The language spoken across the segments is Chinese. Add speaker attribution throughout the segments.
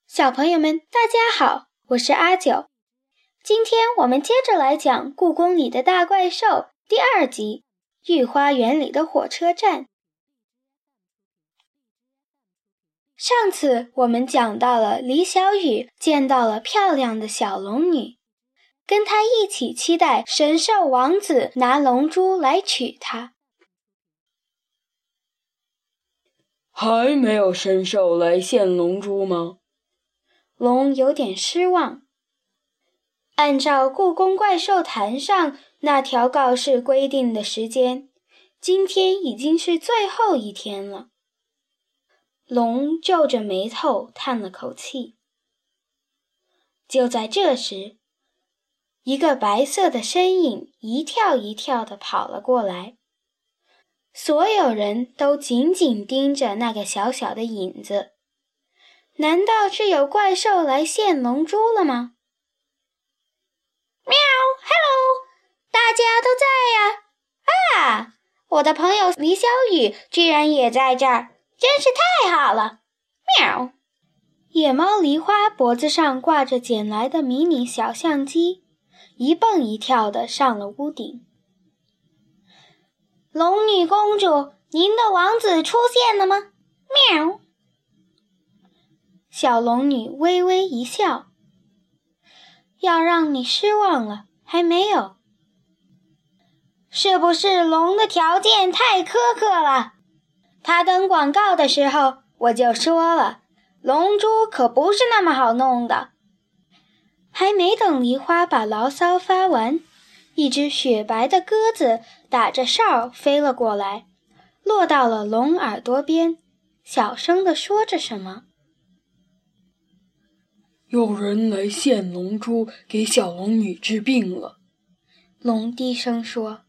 Speaker 1: 小朋友们，大家好，我是阿九。今天我们接着来讲《故宫里的大怪兽》第2集《御花园里的火车站》。上次我们讲到了李小雨见到了漂亮的小龙女，跟她一起期待神兽王子拿龙珠来娶她。
Speaker 2: 还没有神兽来献龙珠吗？
Speaker 1: 龙有点失望。按照故宫怪兽坛上那条告示规定的时间，今天已经是最后一天了。龙皱着眉头叹了口气。就在这时，一个白色的身影一跳一跳地跑了过来，所有人都紧紧盯着那个小小的影子。难道是有怪兽来献龙珠了吗？喵 ，Hello， 大家都在呀！啊，我的朋友李小雨居然也在这儿，真是太好了！喵。野猫梨花脖子上挂着捡来的迷你小相机，一蹦一跳地上了屋顶。龙女公主，您的王子出现了吗？喵。小龙女微微一笑，要让你失望了，还没有。是不是龙的条件太苛刻了？他登广告的时候我就说了，龙珠可不是那么好弄的。还没等梨花把牢骚发完，一只雪白的鸽子打着哨飞了过来，落到了龙耳朵边，小声地说着什么。
Speaker 2: 有人来献龙珠给小龙女治病了，
Speaker 1: 龙低声说。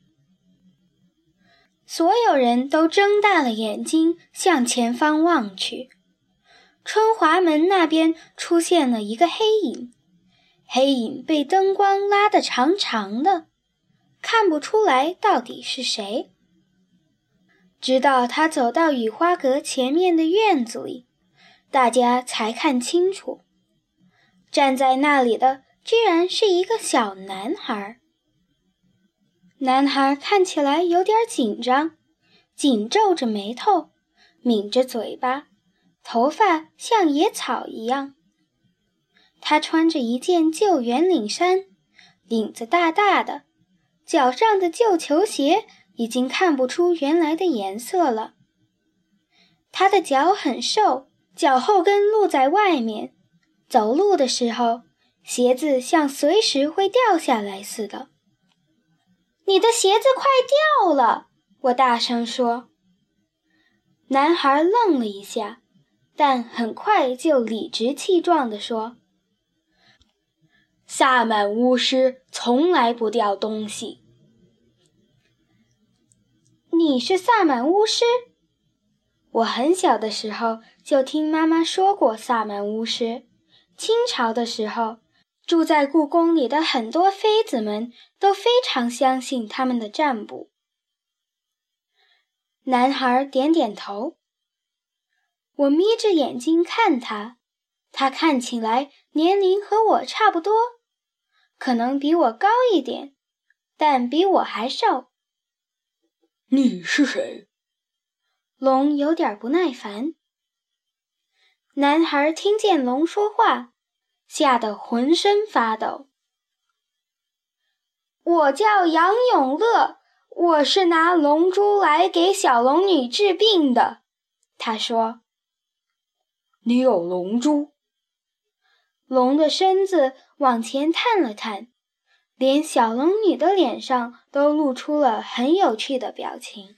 Speaker 1: 所有人都睁大了眼睛向前方望去，春华门那边出现了一个黑影，黑影被灯光拉得长长的，看不出来到底是谁。直到他走到雨花阁前面的院子里，大家才看清楚，站在那里的居然是一个小男孩。男孩看起来有点紧张，紧皱着眉头，抿着嘴巴，头发像野草一样。他穿着一件旧圆领衫，领子大大的，脚上的旧球鞋已经看不出原来的颜色了。他的脚很瘦，脚后跟露在外面，走路的时候，鞋子像随时会掉下来似的。你的鞋子快掉了，我大声说。男孩愣了一下，但很快就理直气壮地说，萨满巫师从来不掉东西。你是萨满巫师？我很小的时候就听妈妈说过萨满巫师，清朝的时候，住在故宫里的很多妃子们都非常相信他们的占卜。男孩点点头。我眯着眼睛看他，他看起来年龄和我差不多，可能比我高一点，但比我还瘦。
Speaker 2: 你是谁？
Speaker 1: 龙有点不耐烦。男孩听见龙说话，吓得浑身发抖。我叫杨永乐，我是拿龙珠来给小龙女治病的，他说。
Speaker 2: 你有龙珠？
Speaker 1: 龙的身子往前探了探，连小龙女的脸上都露出了很有趣的表情。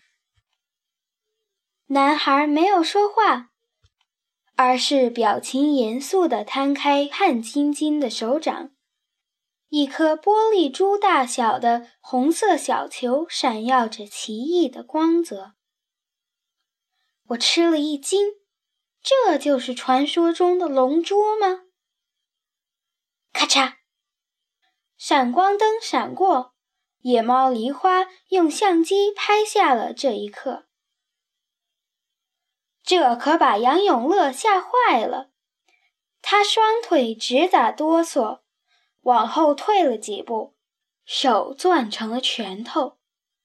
Speaker 1: 男孩没有说话，而是表情严肃地摊开汗津津的手掌，一颗玻璃珠大小的红色小球闪耀着奇异的光泽。我吃了一惊，这就是传说中的龙珠吗？咔嚓，闪光灯闪过，野猫梨花用相机拍下了这一刻。这可把杨永乐吓坏了， 他双腿直打哆嗦，往后退了几步，手攥成了拳头。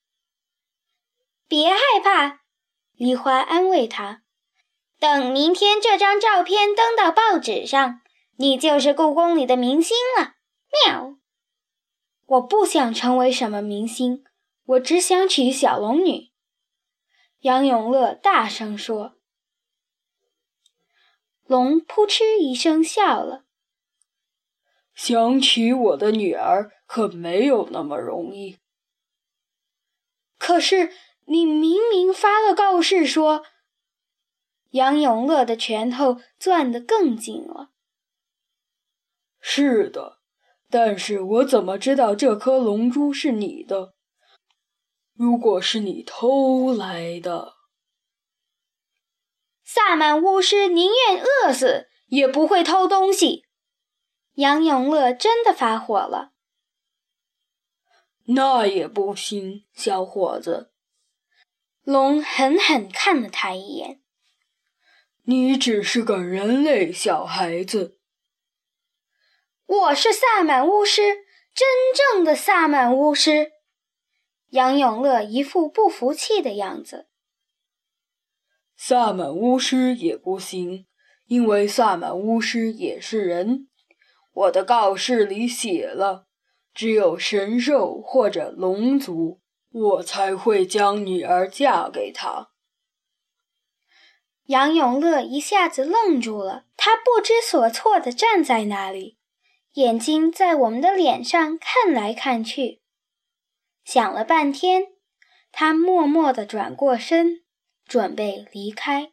Speaker 1: 别害怕，梨花安慰他，等明天这张照片登到报纸上，你就是故宫里的明星了。喵！我不想成为什么明星，我只想娶小龙女。杨永乐大声说。龙扑哧一声笑了。
Speaker 2: 想娶我的女儿可没有那么容易。
Speaker 1: 可是你明明发了告示说……杨永乐的拳头攥得更紧了。
Speaker 2: 是的，但是我怎么知道这颗龙珠是你的？如果是你偷来的……
Speaker 1: 萨满巫师宁愿饿死，也不会偷东西。杨永乐真的发火了。
Speaker 2: 那也不行，小伙子。
Speaker 1: 龙狠狠看了他一眼。
Speaker 2: 你只是个人类小孩子。
Speaker 1: 我是萨满巫师，真正的萨满巫师。杨永乐一副不服气的样子。
Speaker 2: 萨满巫师也不行，因为萨满巫师也是人。我的告示里写了，只有神兽或者龙族，我才会将女儿嫁给他。
Speaker 1: 杨永乐一下子愣住了，他不知所措地站在那里，眼睛在我们的脸上看来看去。想了半天，他默默地转过身，准备离开。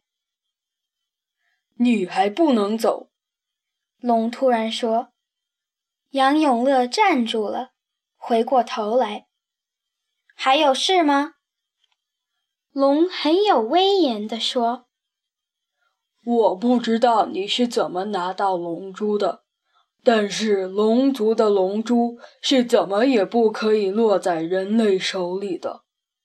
Speaker 2: 你还不能走，
Speaker 1: 龙突然说。杨永乐站住了，回过头来。还有事吗？龙很有威严地说。
Speaker 2: 我不知道你是怎么拿到龙珠的，但是龙族的龙珠是怎么也不可以落在人类手里的。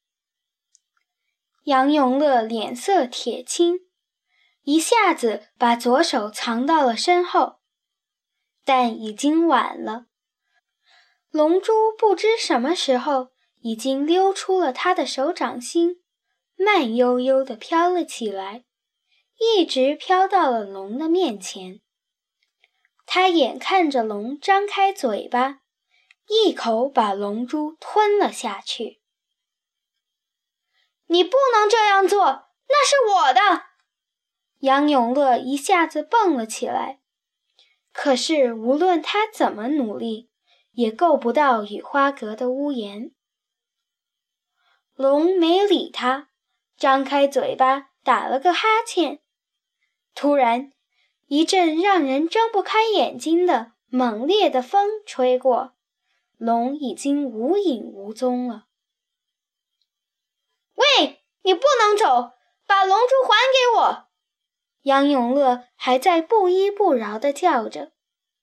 Speaker 1: 杨永乐脸色铁青，一下子把左手藏到了身后，但已经晚了。龙珠不知什么时候已经溜出了他的手掌心，慢悠悠地飘了起来，一直飘到了龙的面前。他眼看着龙张开嘴巴，一口把龙珠吞了下去。你不能这样做，那是我的！杨永乐一下子蹦了起来，可是无论他怎么努力，也够不到雨花阁的屋檐。龙没理他，张开嘴巴打了个哈欠。突然，一阵让人睁不开眼睛的猛烈的风吹过，龙已经无影无踪了。喂，你不能走，把龙珠还给我！杨永乐还在不依不饶地叫着。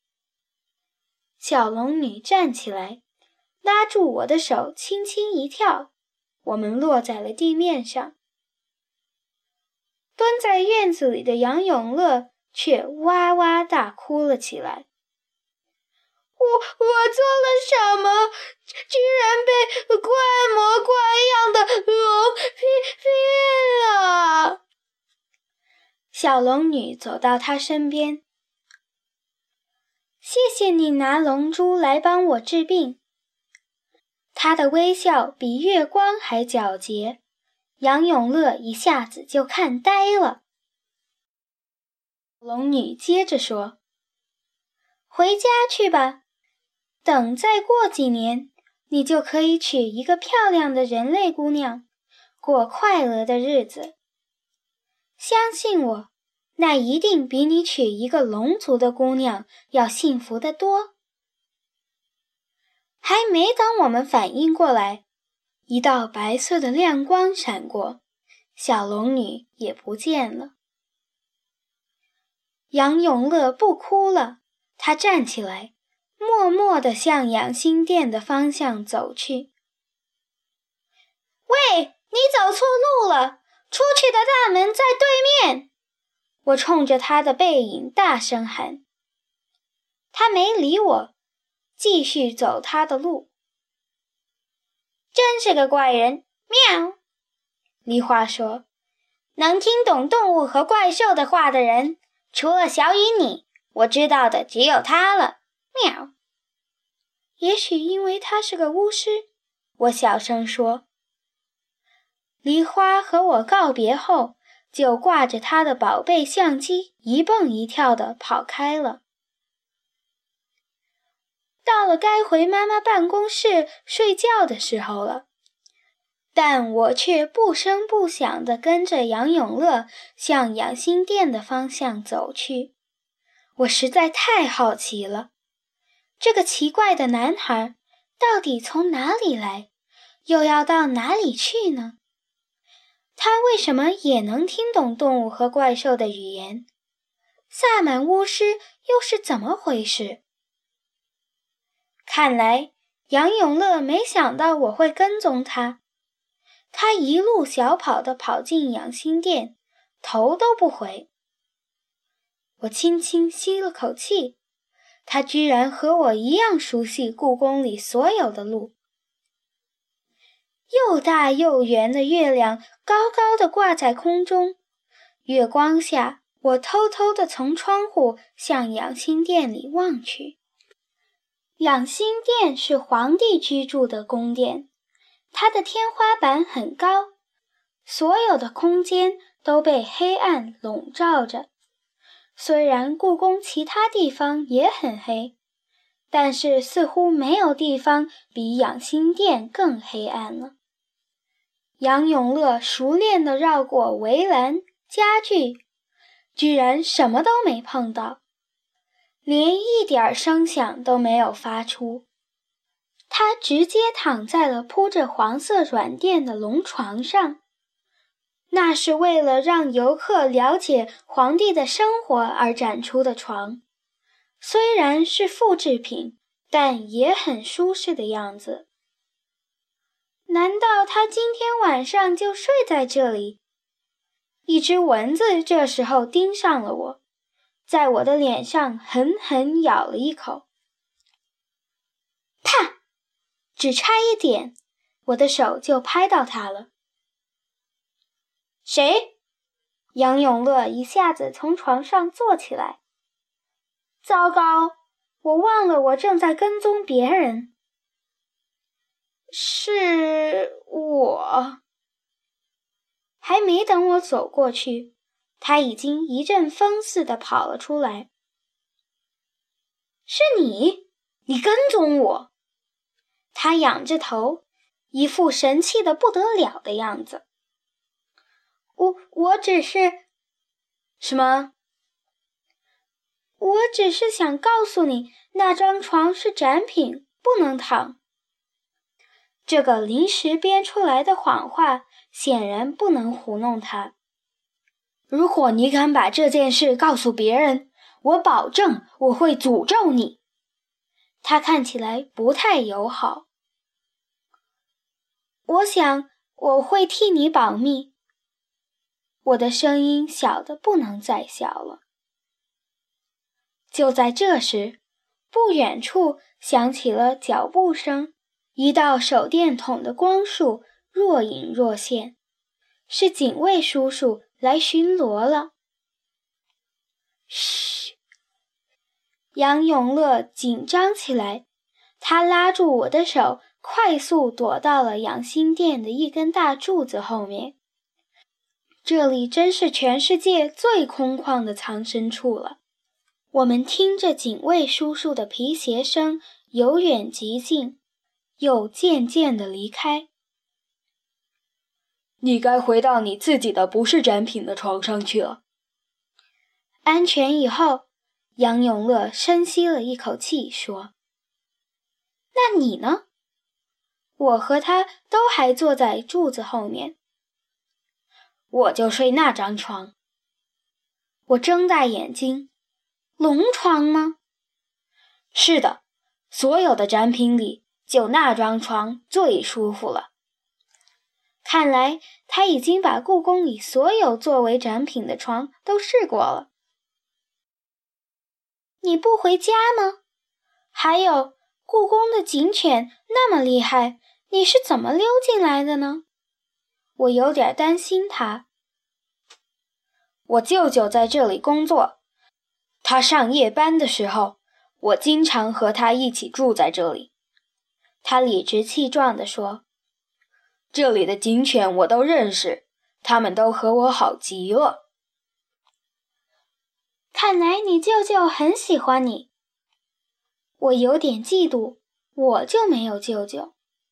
Speaker 1: 小龙女站起来，拉住我的手，轻轻一跳，我们落在了地面上。蹲在院子里的杨永乐却哇哇大哭了起来。我做了什么？居然被怪模怪样的龙骗了！小龙女走到他身边。谢谢你拿龙珠来帮我治病。她的微笑比月光还皎洁，杨永乐一下子就看呆了。龙女接着说：回家去吧，等再过几年，你就可以娶一个漂亮的人类姑娘，过快乐的日子。相信我，那一定比你娶一个龙族的姑娘要幸福得多。还没等我们反应过来，一道白色的亮光闪过，小龙女也不见了。杨永乐不哭了，他站起来，默默地向养心殿的方向走去。喂，你走错路了，出去的大门在对面！我冲着他的背影大声喊。 他没理我，继续走他的路。真是个怪人，喵！梨花说，能听懂动物和怪兽的话的人，除了小雨你，我知道的只有他了，喵！也许因为他是个巫师，我小声说。梨花和我告别后，就挂着他的宝贝相机，一蹦一跳地跑开了。到了该回妈妈办公室睡觉的时候了，但我却不声不响地跟着杨永乐向养心殿的方向走去。我实在太好奇了，这个奇怪的男孩到底从哪里来，又要到哪里去呢？他为什么也能听懂动物和怪兽的语言？萨满巫师又是怎么回事？看来杨永乐没想到我会跟踪他，他一路小跑地跑进养心殿，头都不回。我轻轻吸了口气，他居然和我一样熟悉故宫里所有的路。又大又圆的月亮高高地挂在空中，月光下，我偷偷地从窗户向养心殿里望去。养心殿是皇帝居住的宫殿，它的天花板很高，所有的空间都被黑暗笼罩着。虽然故宫其他地方也很黑，但是似乎没有地方比养心殿更黑暗了。杨永乐熟练地绕过围栏、家具，居然什么都没碰到，连一点声响都没有发出。他直接躺在了铺着黄色软垫的龙床上，那是为了让游客了解皇帝的生活而展出的床，虽然是复制品，但也很舒适的样子。难道他今天晚上就睡在这里？一只蚊子这时候盯上了我，在我的脸上狠狠咬了一口。啪！只差一点，我的手就拍到它了。谁？杨永乐一下子从床上坐起来。糟糕，我忘了我正在跟踪别人。是我。还没等我走过去，他已经一阵风似的跑了出来。是你？你跟踪我？他仰着头，一副神气得不得了的样子。我只是……什么？我只是想告诉你，那张床是展品，不能躺。这个临时编出来的谎话显然不能糊弄他。如果你敢把这件事告诉别人，我保证我会诅咒你。他看起来不太友好。我想我会替你保密。我的声音小得不能再小了。就在这时，不远处响起了脚步声，一道手电筒的光束若隐若现，是警卫叔叔来巡逻了。嘘！杨永乐紧张起来，他拉住我的手，快速躲到了养心殿的一根大柱子后面。这里真是全世界最空旷的藏身处了。我们听着警卫叔叔的皮鞋声由远及近，又渐渐地离开。
Speaker 2: 你该回到你自己的不是展品的床上去了。
Speaker 1: 安全以后，杨永乐深吸了一口气说：那你呢？我和他都还坐在柱子后面。我就睡那张床。我睁大眼睛，龙床吗？是的，所有的展品里，就那张床最舒服了。看来他已经把故宫里所有作为展品的床都试过了。你不回家吗？ 还有，故宫的警犬那么厉害，你是怎么溜进来的呢？我有点担心他。我舅舅在这里工作，他上夜班的时候，我经常和他一起住在这里。他理直气壮地说，这里的警犬我都认识，他们都和我好极了。看来你舅舅很喜欢你。我有点嫉妒，我就没有舅舅。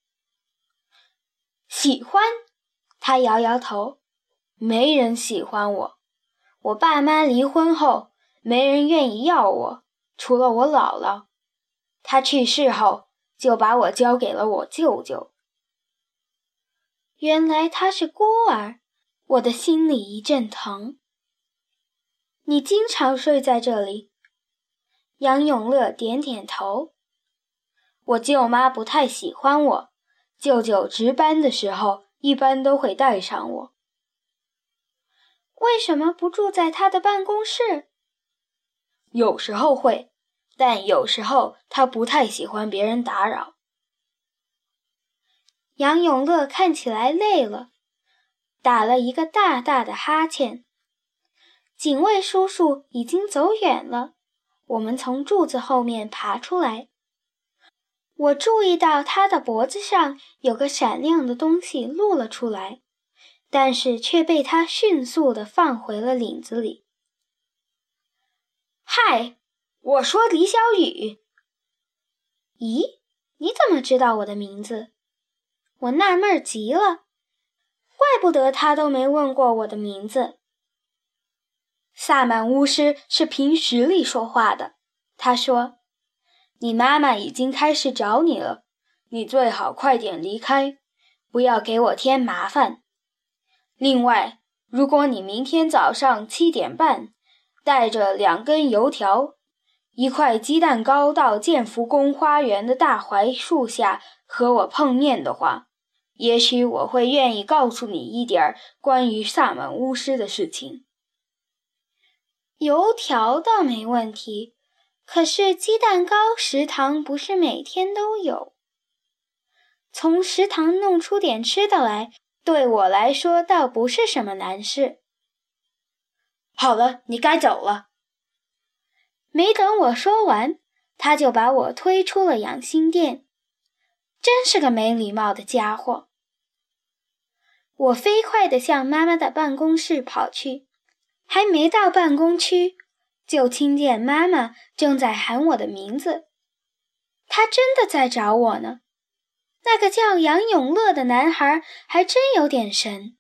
Speaker 1: 喜欢？他摇摇头，没人喜欢我。我爸妈离婚后，没人愿意要我，除了我姥姥。她去世后，就把我交给了我舅舅。原来他是孤儿，我的心里一阵疼。你经常睡在这里？杨永乐点点头。我舅妈不太喜欢我，舅舅值班的时候一般都会带上我。为什么不住在他的办公室？有时候会，但有时候他不太喜欢别人打扰。杨永乐看起来累了，打了一个大大的哈欠。警卫叔叔已经走远了，我们从柱子后面爬出来。我注意到他的脖子上有个闪亮的东西露了出来，但是却被他迅速地放回了领子里。嗨，我说李小雨。咦，你怎么知道我的名字？我纳闷极了，怪不得他都没问过我的名字。萨满巫师是凭实力说话的，他说，你妈妈已经开始找你了，你最好快点离开，不要给我添麻烦。另外，如果你明天早上7点半带着2根油条、1块鸡蛋糕到建福宫花园的大槐树下和我碰面的话，也许我会愿意告诉你一点关于萨满巫师的事情。油条倒没问题，可是鸡蛋糕食堂不是每天都有。从食堂弄出点吃的来，对我来说倒不是什么难事。好了，你该走了。没等我说完，他就把我推出了养心殿。真是个没礼貌的家伙。我飞快地向妈妈的办公室跑去，还没到办公区，就听见妈妈正在喊我的名字。她真的在找我呢。那个叫杨永乐的男孩还真有点神。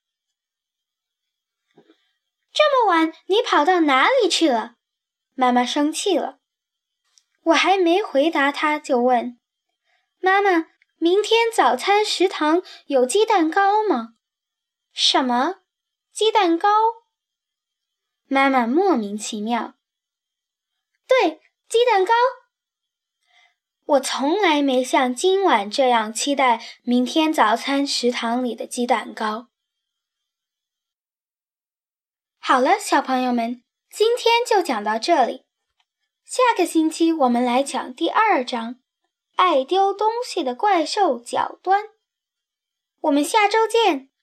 Speaker 1: 这么晚，你跑到哪里去了？妈妈生气了。我还没回答她，就问，妈妈，明天早餐食堂有鸡蛋糕吗？什么？鸡蛋糕？妈妈莫名其妙。对，鸡蛋糕。我从来没像今晚这样期待明天早餐食堂里的鸡蛋糕。好了，小朋友们，今天就讲到这里。下个星期我们来讲第2章，爱丢东西的怪兽脚端。我们下周见。